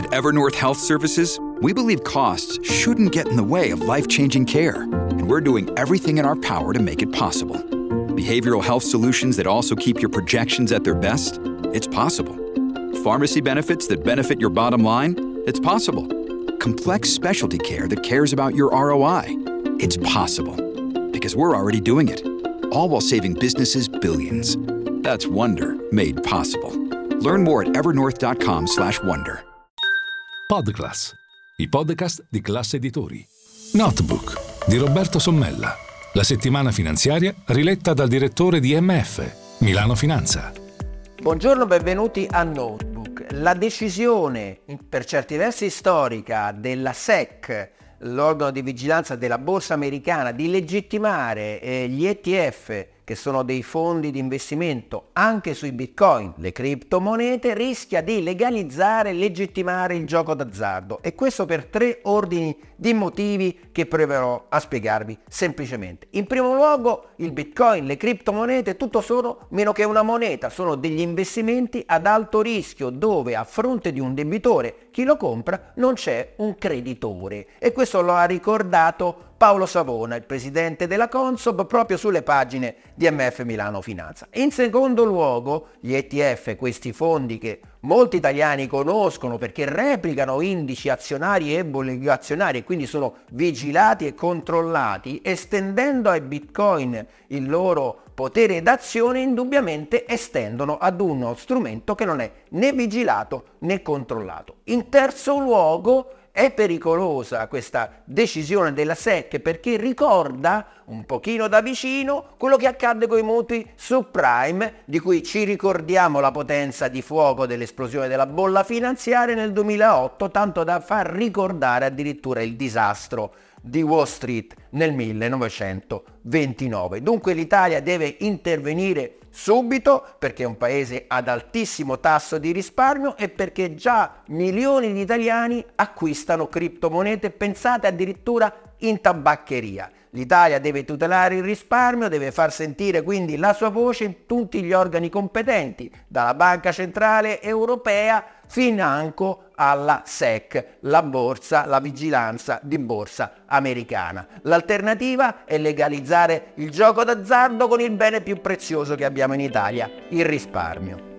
At Evernorth Health Services, we believe costs shouldn't get in the way of life-changing care, and we're doing everything in our power to make it possible. Behavioral health solutions that also keep your projections at their best? It's possible. Pharmacy benefits that benefit your bottom line? It's possible. Complex specialty care that cares about your ROI? It's possible. Because we're already doing it. All while saving businesses billions. That's Wonder made possible. Learn more at evernorth.com/wonder. Podclass, i podcast di Classe Editori. Notebook di Roberto Sommella. La settimana finanziaria riletta dal direttore di MF, Milano Finanza. Buongiorno, benvenuti a Notebook. La decisione, per certi versi storica, della SEC, l'organo di vigilanza della borsa americana, di legittimare gli ETF, che sono dei fondi di investimento anche sui bitcoin, le criptomonete, rischia di legalizzare e legittimare il gioco d'azzardo, e questo per 3 ordini di motivi che proverò a spiegarvi semplicemente. In primo luogo, il bitcoin, le criptomonete, tutto sono meno che una moneta, sono degli investimenti ad alto rischio dove a fronte di un debitore, chi lo compra, non c'è un creditore, e questo lo ha ricordato Paolo Savona, il presidente della Consob, proprio sulle pagine di MF Milano Finanza. In secondo luogo, gli ETF, questi fondi che molti italiani conoscono perché replicano indici azionari e obbligazionari e quindi sono vigilati e controllati, estendendo ai bitcoin il loro potere d'azione, indubbiamente estendono ad uno strumento che non è né vigilato né controllato. In terzo luogo, è pericolosa questa decisione della SEC perché ricorda un pochino da vicino quello che accadde con i mutui subprime, di cui ci ricordiamo la potenza di fuoco dell'esplosione della bolla finanziaria nel 2008, tanto da far ricordare addirittura il disastro di Wall Street nel 1929. Dunque l'Italia deve intervenire subito, perché è un paese ad altissimo tasso di risparmio e perché già milioni di italiani acquistano criptomonete, pensate addirittura in tabaccheria. L'Italia deve tutelare il risparmio, deve far sentire quindi la sua voce in tutti gli organi competenti, dalla Banca Centrale Europea financo alla SEC, la borsa, la vigilanza di borsa americana. L'alternativa è legalizzare il gioco d'azzardo con il bene più prezioso che abbiamo in Italia, il risparmio.